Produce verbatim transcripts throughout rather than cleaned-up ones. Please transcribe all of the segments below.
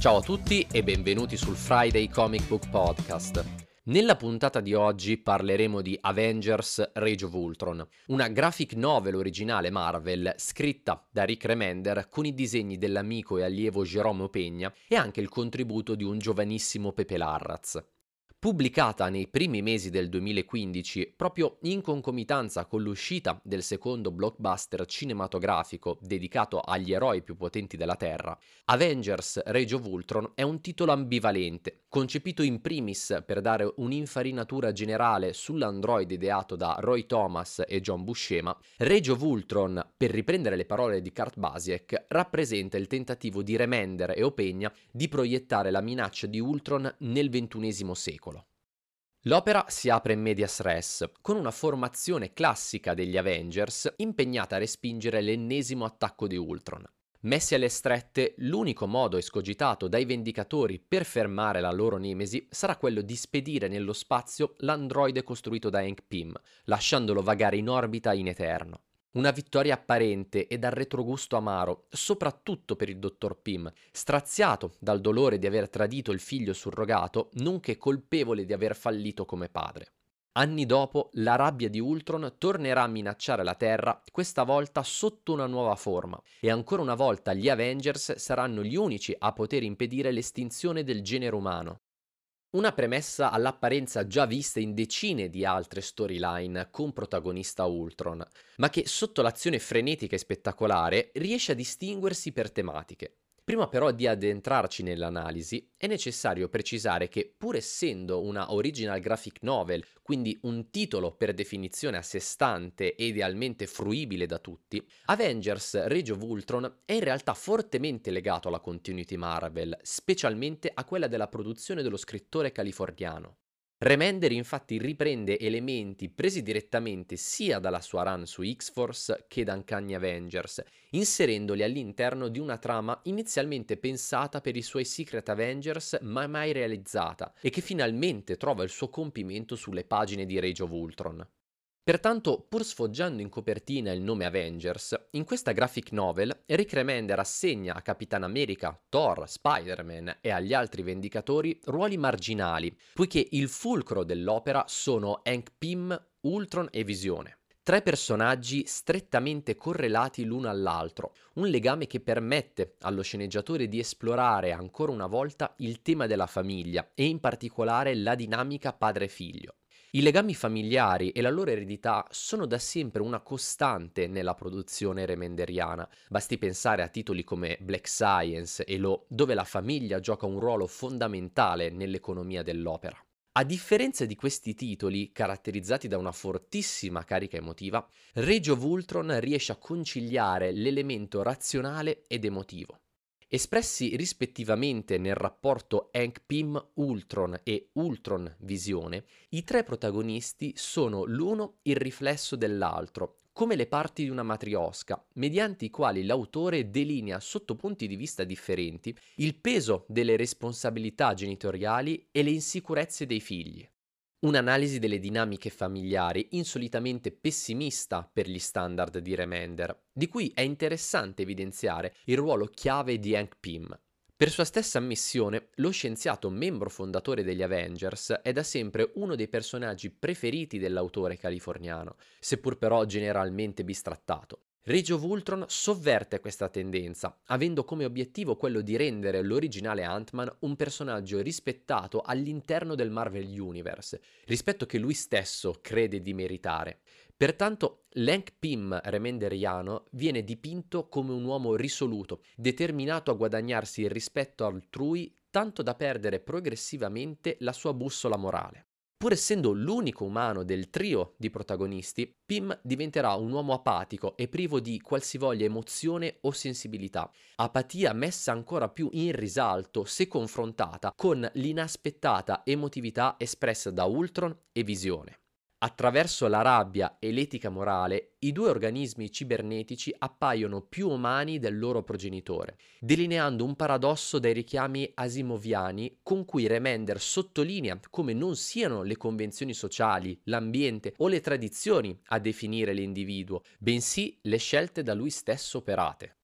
Ciao a tutti e benvenuti sul Friday Comic Book Podcast. Nella puntata di oggi parleremo di Avengers Age of Ultron, una graphic novel originale Marvel scritta da Rick Remender con i disegni dell'amico e allievo Jerome Pegna e anche il contributo di un giovanissimo Pepe Larraz. Pubblicata nei primi mesi del duemilaquindici, proprio in concomitanza con l'uscita del secondo blockbuster cinematografico dedicato agli eroi più potenti della Terra, Avengers Age of Ultron è un titolo ambivalente, concepito in primis per dare un'infarinatura generale sull'androide ideato da Roy Thomas e John Buscema. Age of Ultron, per riprendere le parole di Kurt Busiek, rappresenta il tentativo di Remender e Opegna di proiettare la minaccia di Ultron nel ventunesimo secolo. L'opera si apre in medias res, con una formazione classica degli Avengers impegnata a respingere l'ennesimo attacco di Ultron. Messi alle strette, l'unico modo escogitato dai Vendicatori per fermare la loro nemesi sarà quello di spedire nello spazio l'androide costruito da Hank Pym, lasciandolo vagare in orbita in eterno. Una vittoria apparente e dal retrogusto amaro, soprattutto per il dottor Pym, straziato dal dolore di aver tradito il figlio surrogato, nonché colpevole di aver fallito come padre. Anni dopo, la rabbia di Ultron tornerà a minacciare la Terra, questa volta sotto una nuova forma, e ancora una volta gli Avengers saranno gli unici a poter impedire l'estinzione del genere umano. Una premessa all'apparenza già vista in decine di altre storyline con protagonista Ultron, ma che sotto l'azione frenetica e spettacolare riesce a distinguersi per tematiche. Prima però di addentrarci nell'analisi, è necessario precisare che, pur essendo una original graphic novel, quindi un titolo per definizione a sé stante e idealmente fruibile da tutti, Avengers Age of Ultron è in realtà fortemente legato alla continuity Marvel, specialmente a quella della produzione dello scrittore californiano. Remender infatti riprende elementi presi direttamente sia dalla sua run su X-Force che da Uncanny Avengers, inserendoli all'interno di una trama inizialmente pensata per i suoi Secret Avengers ma mai realizzata e che finalmente trova il suo compimento sulle pagine di Age of Ultron. Pertanto, pur sfoggiando in copertina il nome Avengers, in questa graphic novel Rick Remender assegna a Capitan America, Thor, Spider-Man e agli altri Vendicatori ruoli marginali, poiché il fulcro dell'opera sono Hank Pym, Ultron e Visione. Tre personaggi strettamente correlati l'uno all'altro, un legame che permette allo sceneggiatore di esplorare ancora una volta il tema della famiglia e in particolare la dinamica padre-figlio. I legami familiari e la loro eredità sono da sempre una costante nella produzione remenderiana, basti pensare a titoli come Black Science e Lo, dove la famiglia gioca un ruolo fondamentale nell'economia dell'opera. A differenza di questi titoli, caratterizzati da una fortissima carica emotiva, Age of Ultron riesce a conciliare l'elemento razionale ed emotivo. Espressi rispettivamente nel rapporto Hank Pym-Ultron e Ultron-Visione, i tre protagonisti sono l'uno il riflesso dell'altro, come le parti di una matriosca, mediante i quali l'autore delinea sotto punti di vista differenti il peso delle responsabilità genitoriali e le insicurezze dei figli. Un'analisi delle dinamiche familiari insolitamente pessimista per gli standard di Remender, di cui è interessante evidenziare il ruolo chiave di Hank Pym. Per sua stessa ammissione, lo scienziato membro fondatore degli Avengers è da sempre uno dei personaggi preferiti dell'autore californiano, seppur però generalmente bistrattato. Age of Ultron sovverte questa tendenza, avendo come obiettivo quello di rendere l'originale Ant-Man un personaggio rispettato all'interno del Marvel Universe, rispetto che lui stesso crede di meritare. Pertanto l'Hank Pym remenderiano viene dipinto come un uomo risoluto, determinato a guadagnarsi il rispetto altrui tanto da perdere progressivamente la sua bussola morale. Pur essendo l'unico umano del trio di protagonisti, Pym diventerà un uomo apatico e privo di qualsivoglia emozione o sensibilità, apatia messa ancora più in risalto se confrontata con l'inaspettata emotività espressa da Ultron e Visione. Attraverso la rabbia e l'etica morale, i due organismi cibernetici appaiono più umani del loro progenitore, delineando un paradosso dai richiami asimoviani con cui Remender sottolinea come non siano le convenzioni sociali, l'ambiente o le tradizioni a definire l'individuo, bensì le scelte da lui stesso operate.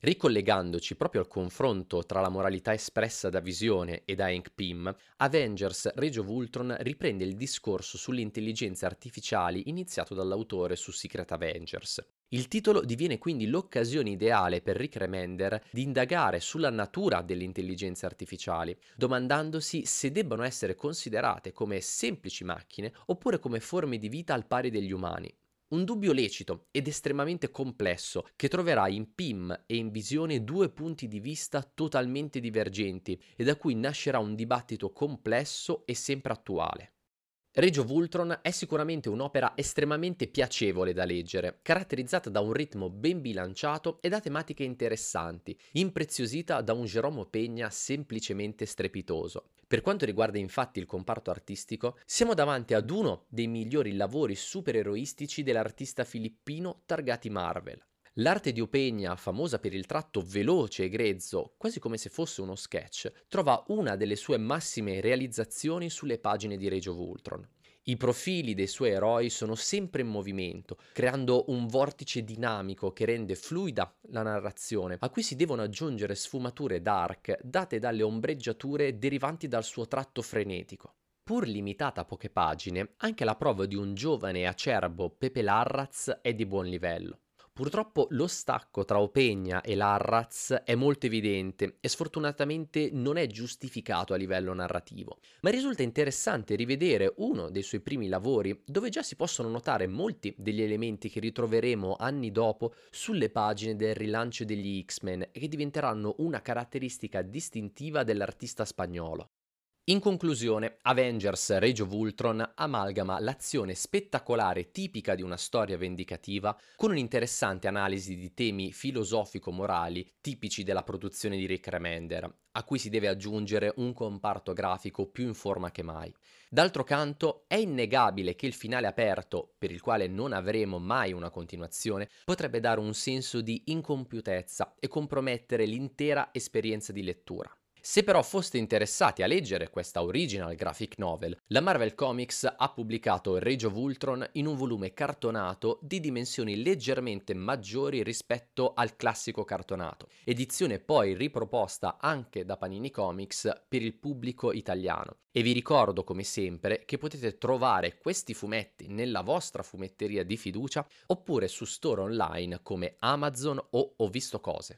Ricollegandoci proprio al confronto tra la moralità espressa da Visione e da Hank Pym, Avengers Age of Ultron riprende il discorso sulle intelligenze artificiali iniziato dall'autore su Secret Avengers. Il titolo diviene quindi l'occasione ideale per Rick Remender di indagare sulla natura delle intelligenze artificiali, domandandosi se debbano essere considerate come semplici macchine oppure come forme di vita al pari degli umani. Un dubbio lecito ed estremamente complesso che troverà in Pym e in Visione due punti di vista totalmente divergenti e da cui nascerà un dibattito complesso e sempre attuale. Age of Ultron è sicuramente un'opera estremamente piacevole da leggere, caratterizzata da un ritmo ben bilanciato e da tematiche interessanti, impreziosita da un Jérôme Peña semplicemente strepitoso. Per quanto riguarda infatti il comparto artistico, siamo davanti ad uno dei migliori lavori supereroistici dell'artista filippino targati Marvel. L'arte di Opeña, famosa per il tratto veloce e grezzo, quasi come se fosse uno sketch, trova una delle sue massime realizzazioni sulle pagine di Age of Ultron. I profili dei suoi eroi sono sempre in movimento, creando un vortice dinamico che rende fluida la narrazione, a cui si devono aggiungere sfumature dark date dalle ombreggiature derivanti dal suo tratto frenetico. Pur limitata a poche pagine, anche la prova di un giovane e acerbo Pepe Larraz è di buon livello. Purtroppo lo stacco tra Opeña e Larraz è molto evidente e sfortunatamente non è giustificato a livello narrativo, ma risulta interessante rivedere uno dei suoi primi lavori dove già si possono notare molti degli elementi che ritroveremo anni dopo sulle pagine del rilancio degli X-Men e che diventeranno una caratteristica distintiva dell'artista spagnolo. In conclusione, Avengers Age of Ultron amalgama l'azione spettacolare tipica di una storia vendicativa con un'interessante analisi di temi filosofico-morali tipici della produzione di Rick Remender, a cui si deve aggiungere un comparto grafico più in forma che mai. D'altro canto, è innegabile che il finale aperto, per il quale non avremo mai una continuazione, potrebbe dare un senso di incompiutezza e compromettere l'intera esperienza di lettura. Se però foste interessati a leggere questa original graphic novel, la Marvel Comics ha pubblicato Age of Ultron in un volume cartonato di dimensioni leggermente maggiori rispetto al classico cartonato, edizione poi riproposta anche da Panini Comics per il pubblico italiano. E vi ricordo come sempre che potete trovare questi fumetti nella vostra fumetteria di fiducia oppure su store online come Amazon o Ho Visto Cose.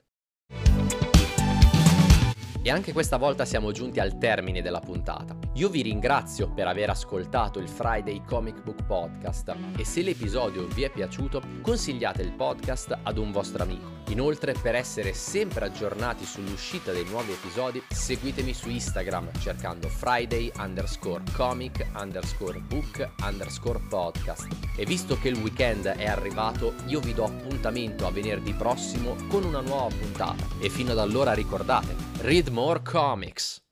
E anche questa volta siamo giunti al termine della puntata. Io vi ringrazio per aver ascoltato il Friday Comic Book Podcast e se l'episodio vi è piaciuto consigliate il podcast ad un vostro amico. Inoltre, per essere sempre aggiornati sull'uscita dei nuovi episodi, seguitemi su Instagram cercando Friday underscore comic underscore book underscore podcast. E visto che il weekend è arrivato, io vi do appuntamento a venerdì prossimo con una nuova puntata. E fino ad allora ricordate, read more comics!